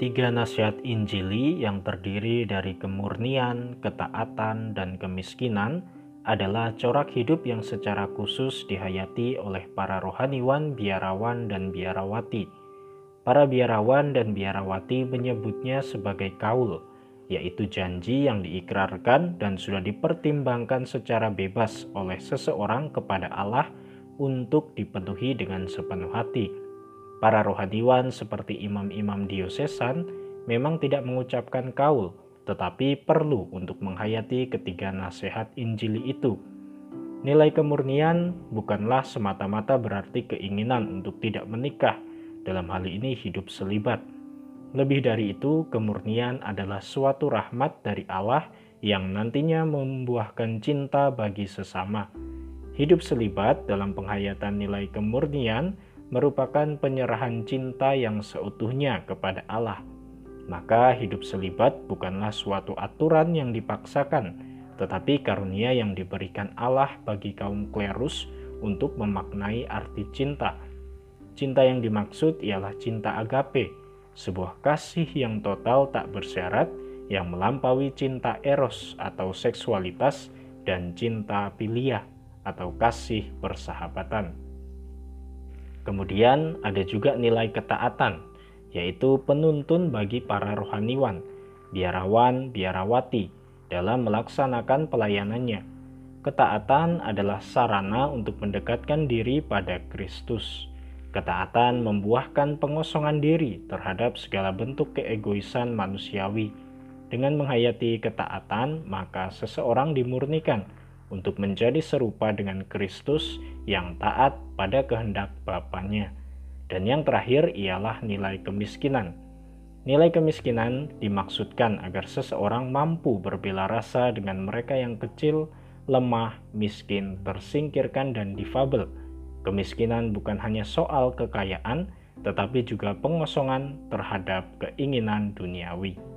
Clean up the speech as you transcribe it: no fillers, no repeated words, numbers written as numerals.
Tiga nasihat Injili yang terdiri dari kemurnian, ketaatan, dan kemiskinan adalah corak hidup yang secara khusus dihayati oleh para rohaniwan, biarawan, dan biarawati. Para biarawan dan biarawati menyebutnya sebagai kaul, yaitu janji yang diikrarkan dan sudah dipertimbangkan secara bebas oleh seseorang kepada Allah untuk dipenuhi dengan sepenuh hati. Para rohaniwan seperti imam-imam diosesan memang tidak mengucapkan kaul, tetapi perlu untuk menghayati ketiga nasihat Injili itu. Nilai kemurnian bukanlah semata-mata berarti keinginan untuk tidak menikah, dalam hal ini hidup selibat. Lebih dari itu, kemurnian adalah suatu rahmat dari Allah yang nantinya membuahkan cinta bagi sesama. Hidup selibat dalam penghayatan nilai kemurnian merupakan penyerahan cinta yang seutuhnya kepada Allah. Maka hidup selibat bukanlah suatu aturan yang dipaksakan, tetapi karunia yang diberikan Allah bagi kaum klerus untuk memaknai arti cinta. Cinta yang dimaksud ialah cinta agape, sebuah kasih yang total tak bersyarat yang melampaui cinta eros atau seksualitas dan cinta philia atau kasih persahabatan. Kemudian ada juga nilai ketaatan, yaitu penuntun bagi para rohaniwan, biarawan, biarawati dalam melaksanakan pelayanannya. Ketaatan adalah sarana untuk mendekatkan diri pada Kristus. Ketaatan membuahkan pengosongan diri terhadap segala bentuk keegoisan manusiawi. Dengan menghayati ketaatan, maka seseorang dimurnikan untuk menjadi serupa dengan Kristus yang taat pada kehendak Bapanya. Dan yang terakhir ialah nilai kemiskinan. Nilai kemiskinan dimaksudkan agar seseorang mampu berbela rasa dengan mereka yang kecil, lemah, miskin, tersingkirkan, dan difabel. Kemiskinan bukan hanya soal kekayaan, tetapi juga pengosongan terhadap keinginan duniawi.